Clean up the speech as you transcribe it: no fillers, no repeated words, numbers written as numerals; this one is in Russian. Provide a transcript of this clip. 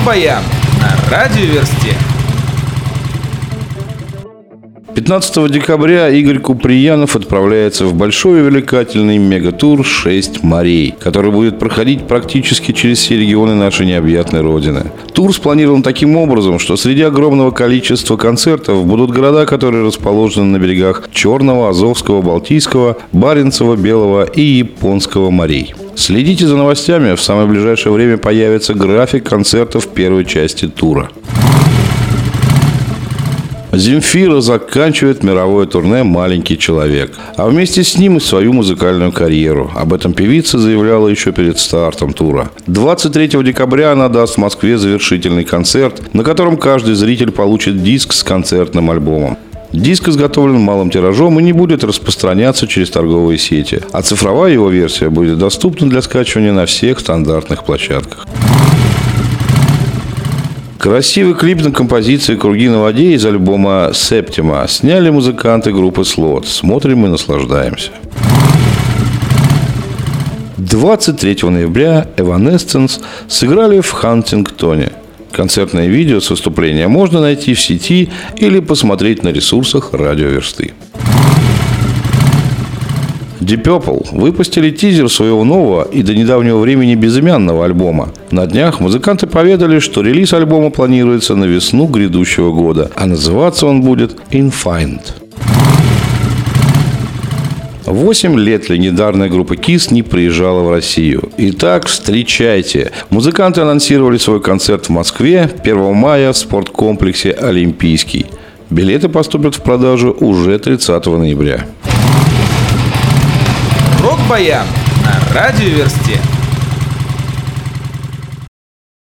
Рок-баян на Радиоверсте. 15 декабря Игорь Куприянов отправляется в большой и увлекательный мегатур «6 морей», который будет проходить практически через все регионы нашей необъятной родины. Тур спланирован таким образом, что среди огромного количества концертов будут города, которые расположены на берегах Черного, Азовского, Балтийского, Баренцева, Белого и Японского морей. Следите за новостями, в самое ближайшее время появится график концертов первой части тура. Земфира заканчивает мировое турне «Маленький человек», а вместе с ним и свою музыкальную карьеру. Об этом певица заявляла еще перед стартом тура. 23 декабря она даст в Москве завершительный концерт, на котором каждый зритель получит диск с концертным альбомом. Диск изготовлен малым тиражом и не будет распространяться через торговые сети, а цифровая его версия будет доступна для скачивания на всех стандартных площадках. Красивый клип на композиции «Круги на воде» из альбома «Септима» сняли музыканты группы «Слот». Смотрим и наслаждаемся. 23 ноября Evanescence сыграли в Хантингтоне. Концертное видео с выступления можно найти в сети или посмотреть на ресурсах Радиоверсты. Deep Purple выпустили тизер своего нового и до недавнего времени безымянного альбома. На днях музыканты поведали, что релиз альбома планируется на весну грядущего года, а называться он будет Infinite. 8 лет легендарная группа KISS не приезжала в Россию. Итак, встречайте! Музыканты анонсировали свой концерт в Москве 1 мая в спорткомплексе «Олимпийский». Билеты поступят в продажу уже 30 ноября. Рок-баян на Радиоверсте.